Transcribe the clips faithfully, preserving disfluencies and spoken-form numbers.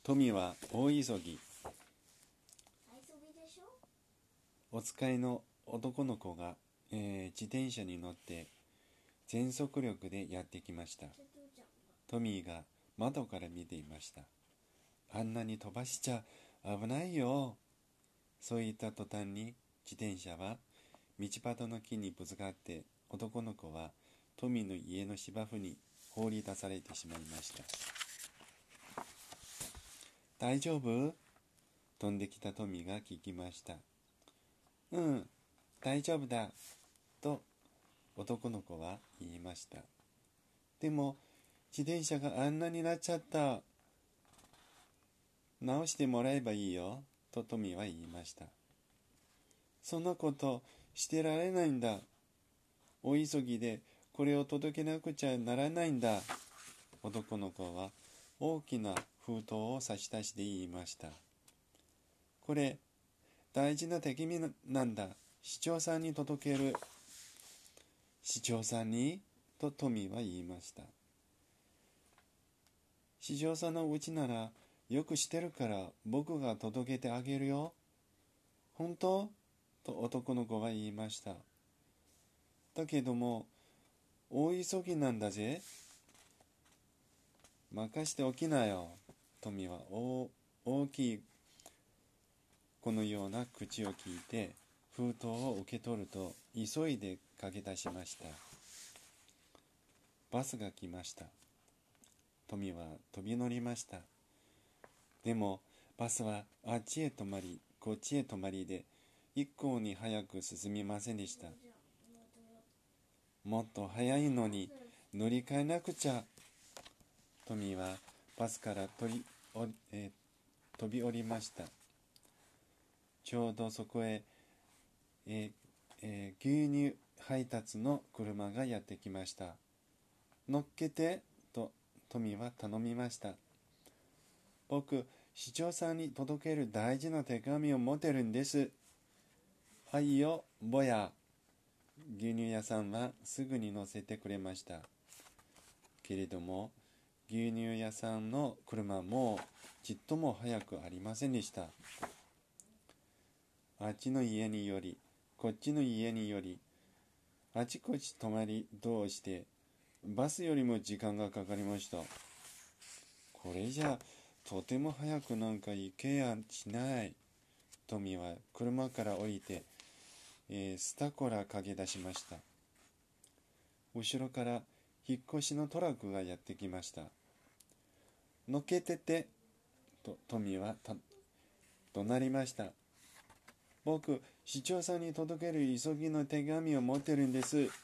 富は大急ぎ。お使いの男の子が、えー、自転車に乗って全速力でやってきました。トミーが窓から見ていました。あんなに飛ばしちゃ危ないよ。そう言った途端に自転車は道端の木にぶつかって、男の子はトミーの家の芝生に放り出されてしまいました。大丈夫？飛んできたトミーが聞きました。うん、大丈夫だと男の子は言いました。でも自転車があんなになっちゃった。直してもらえばいいよとトミーは言いました。そんなことしてられないんだ。お急ぎでこれを届けなくちゃならないんだ。男の子は大きな封筒を差し出して言いました。これ大事な手紙なんだ。市長さんに届ける。市長さんにとトミーは言いました。市長さんのうちならよくしてるから僕が届けてあげるよ。本当？と男の子は言いました。だけども大急ぎなんだぜ。任しておきなよ。トミーは 大, 大きいこのような口を聞いて封筒を受け取ると急いで駆け出しました。バスが来ました。トミーは飛び乗りました。でもバスはあっちへ止まりこっちへ止まりで一向に早く進みませんでした。もっと早いのに乗り換えなくちゃ。トミーはバスから取りお、えー、飛び降りました。ちょうどそこへ、えーえー、牛乳配達の車がやってきました。乗っけてとトミーは頼みました。僕、市長さんに届ける大事な手紙を持ってるんです。はいよ、ぼや。牛乳屋さんはすぐに乗せてくれました。けれども牛乳屋さんの車もちっとも速くありませんでした。あっちの家によりこっちの家によりあちこち止まり通してバスよりも時間がかかりました。これじゃとても早くなんか行けやしない。トミーは車から降りて、えー、スタコラ駆け出しました。後ろから引っ越しのトラックがやってきました。のけててとトミーは怒鳴りました。僕、市長さんに届ける急ぎの手紙を持ってるんです。よ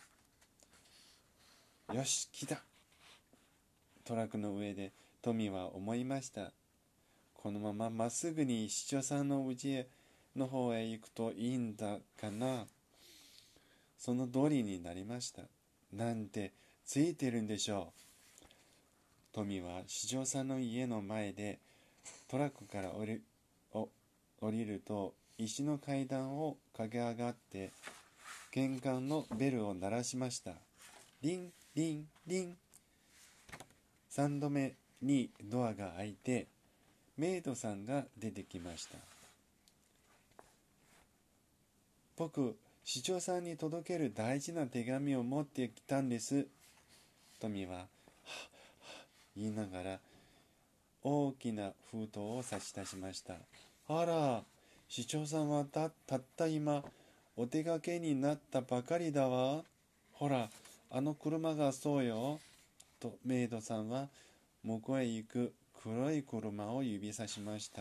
し、来た。トラックの上でトミーは思いました。このまままっすぐに市長さんの家の方へ行くといいんだかな。その通りになりました。なんてついてるんでしょう。トミーは市長さんの家の前でトラックから降り、降りると石の階段を駆け上がって玄関のベルを鳴らしました。リンリンリン。三度目にドアが開いてメイドさんが出てきました。僕、市長さんに届ける大事な手紙を持ってきたんです。トミーははっはっ言いながら大きな封筒を差し出しました。あら、市長さんは た, たった今お出かけになったばかりだわ。ほら、あの車がそうよ。とメイドさんは向こうへ行く黒い車を指さしました。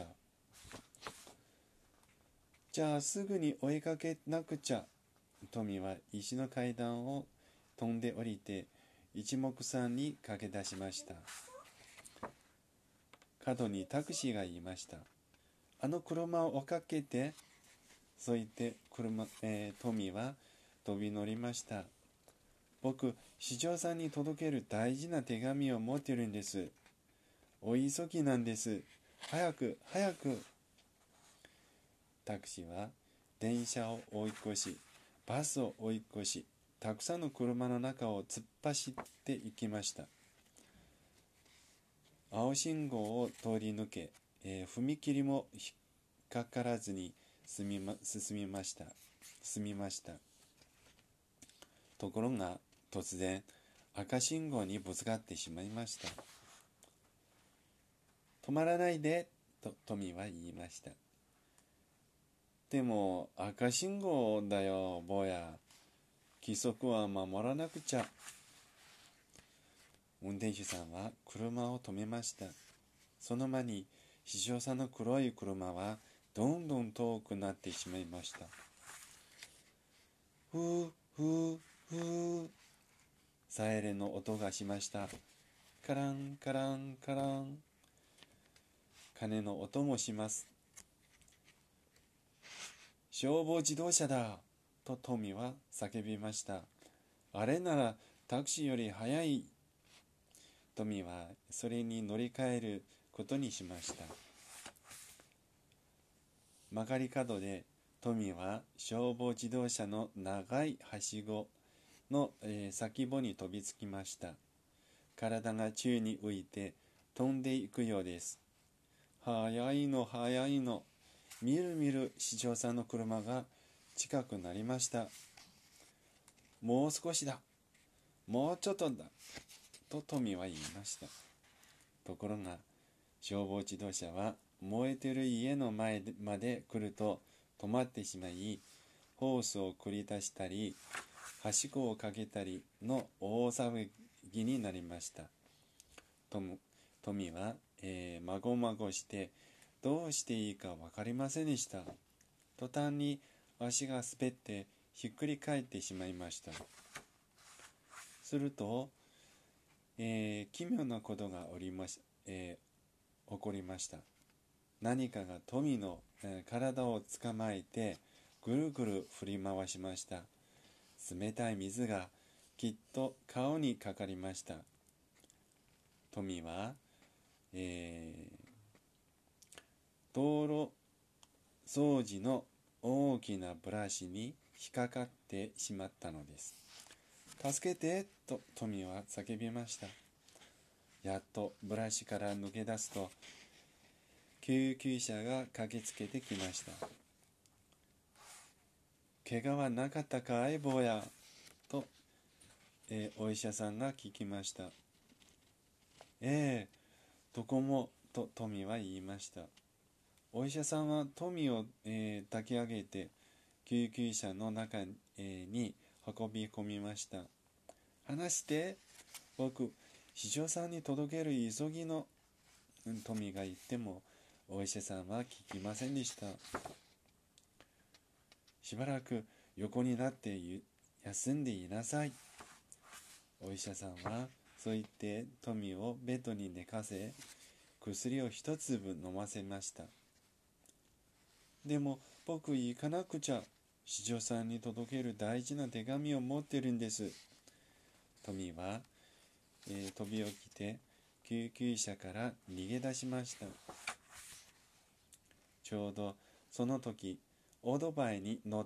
じゃあすぐに追いかけなくちゃ。トミーは石の階段を飛んで降りて一目散に駆け出しました。角にタクシーがいました。あの車を追っかけて。そう言って車、えー、トミーは飛び乗りました。僕、市長さんに届ける大事な手紙を持ってるんです。お急ぎなんです。早く早く。タクシーは電車を追い越しバスを追い越したくさんの車の中を突っ走って行きました。青信号を通り抜けえー、踏切も引っかからずに進みま、進みました。進みました。ところが突然赤信号にぶつかってしまいました。止まらないでとトミーは言いました。でも赤信号だよ坊や、規則は守らなくちゃ。運転手さんは車を止めました。その間に獅子さんの黒い車はどんどん遠くなってしまいました。ふーふーふー、サイレンの音がしました。カランカランカラン、鐘の音もします。消防自動車だとトミーは叫びました。あれならタクシーより早い。トミーはそれに乗り換えることにしました。曲がり角でトミーは消防自動車の長いはしごの、えー、先っぽに飛びつきました。体が宙に浮いて飛んでいくようです。速いの速いの、みるみる獅子さんの車が近くなりました。もう少しだ、もうちょっとだとトミーは言いました。ところが消防自動車は燃えてる家の前まで来ると止まってしまい、ホースを繰り出したりはしごをかけたりの大騒ぎになりました。トムトミは、えー、まごまごしてどうしていいか分かりませんでした。途端に足が滑ってひっくり返ってしまいました。すると、えー、奇妙なことがおりまし、えー、起こりました。何かがトミの、えー、体を捕まえてぐるぐる振り回しました。冷たい水がきっと顔にかかりました。トミは、えー、道路掃除の大きなブラシに引っかかってしまったのです。助けてとトミは叫びました。やっとブラシから抜け出すと救急車が駆けつけてきました。怪我はなかったかい坊やと、えー、お医者さんが聞きました。ええ、どこもとトミは言いました。お医者さんはトミを、えー、抱き上げて救急車の中、えー、に運び込みました。話して、僕獅子さんに届ける急ぎの、トミが言ってもお医者さんは聞きませんでした。しばらく横になって休んでいなさい。お医者さんはそう言ってトミをベッドに寝かせ、薬を一粒飲ませました。でも僕行かなくちゃ。獅子さんに届ける大事な手紙を持ってるんです。トミは、えー、飛び起きて救急車から逃げ出しました。ちょうどその時オートバイに乗った、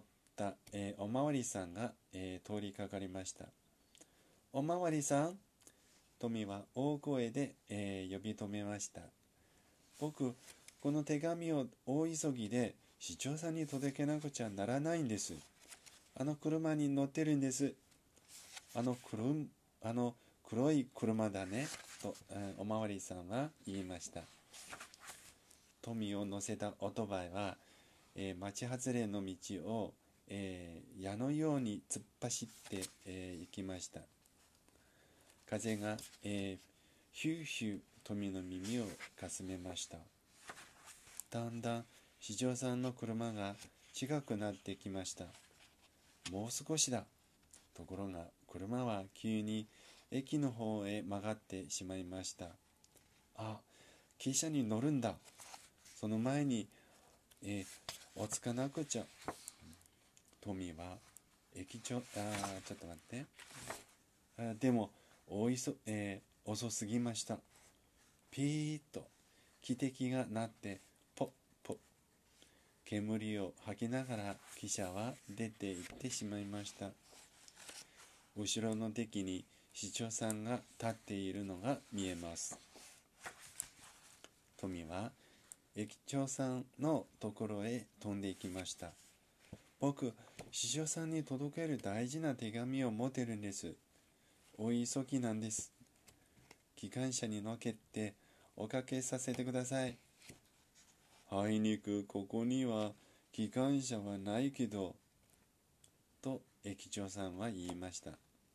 えー、おまわりさんが、えー、通りかかりました。おまわりさん、トミは大声で、えー、呼び止めました。僕この手紙を大急ぎで市長さんに届けなくちゃならないんです。あの車に乗ってるんです。あの黒あの黒い車だねと、えー、おまわりさんは言いました。トミを乗せたオートバイは、えー、町外れの道を、えー、矢のように突っ走って、えー、行きました。風が、えー、ヒューヒュートミの耳をかすめました。だんだん獅子さんの車が近くなってきました。もう少しだ。ところが車は急に駅の方へ曲がってしまいました。あ、汽車に乗るんだ。その前に、えー、おつかなくちゃ。トミーは駅長、あー、ちょっと待って。あでもおいそ、えー、遅すぎました。ピーッと汽笛が鳴ってポッポッ、煙を吐きながら汽車は出て行ってしまいました。後ろの敵に市長さんが立っているのが見えます。トミは、 駅長さんのところへ飛んでいきました。僕、司書さんに届ける大事な手紙を持ってるんです。お急ぎなんです。機関車に乗っけておかけさせてください。あいにくここには機関車はないけど、と駅長さんは言いました。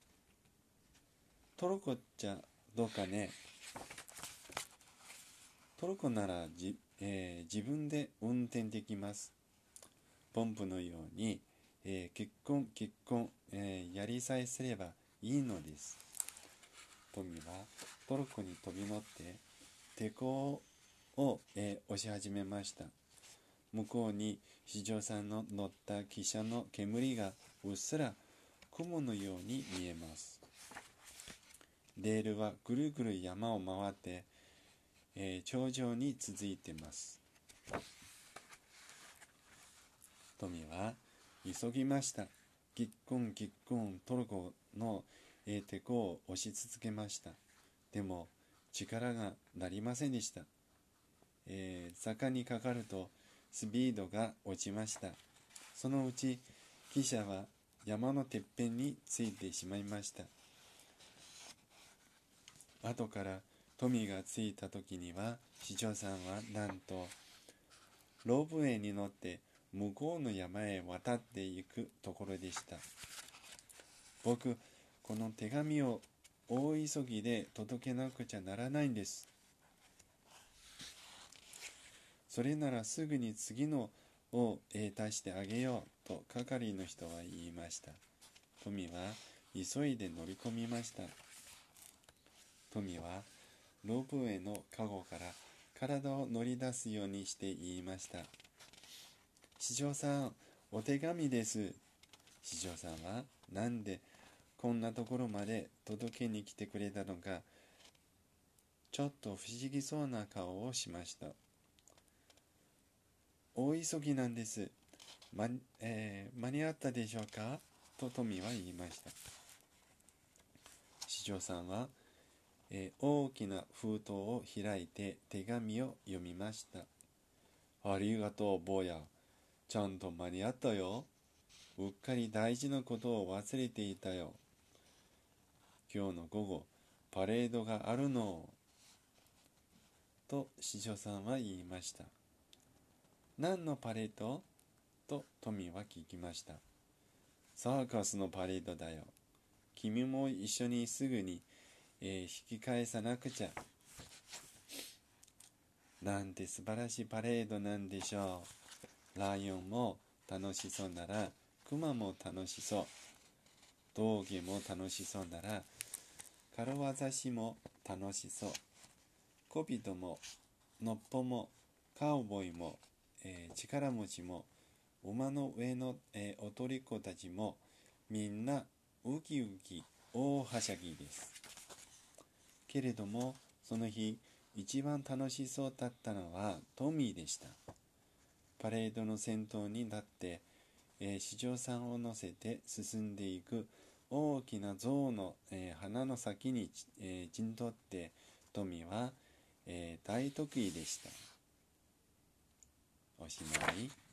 トルコっちゃどうかね。トルコならじ、えー自分で運転できます。ポンプのように、えー結婚結婚、えーやりさえすればいいのです。トミはトルコに飛び乗って抵抗を、えー押し始めました。向こうに司書さんの乗った汽車の煙がうっすら雲のように見えます。レールはぐるぐる山を回って、えー頂上に続いています。トミは急ぎました。ギッコンギッコントルコの、えー、テコを押し続けました。でも力がなりませんでした。えー、坂にかかるとスピードが落ちました。そのうち汽車は山のてっぺんについてしまいました。後からトミが着いた時には司書さんはなんとロープウェイに乗って向こうの山へ渡っていくところでした。僕、この手紙を大急ぎで届けなくちゃならないんです。それならすぐに次のを出してあげようと係の人は言いました。トミは急いで乗り込みました。トミはロープウェイのカゴから体を乗り出すようにして言いました。司書さん、お手紙です。司書さんはなんでこんなところまで届けに来てくれたのか、ちょっと不思議そうな顔をしました。大急ぎなんです。ま、えー間に合ったでしょうかとトミは言いました。司書さんは、えー大きな封筒を開いて手紙を読みました。ありがとう、坊や。ちゃんと間に合ったよ。うっかり大事なことを忘れていたよ。今日の午後、パレードがあるの。と司書さんは言いました。何のパレードとトミは聞きました。サーカスのパレードだよ。君も一緒にすぐに、えー引き返さなくちゃ。なんて素晴らしいパレードなんでしょう。ライオンも楽しそうならクマも楽しそう。峠も楽しそうなら軽業師も楽しそう。小人ものっぽもカウボーイも、えー力持ちも馬の上の、えー、踊り子たちもみんなウキウキ大はしゃぎです。けれどもその日一番楽しそうだったのはトミーでした。パレードの先頭に立って、えー、司書さんを乗せて進んでいく大きな象の、えー鼻の先に、えー陣取ってトミーは、えー大得意でした。おしまい。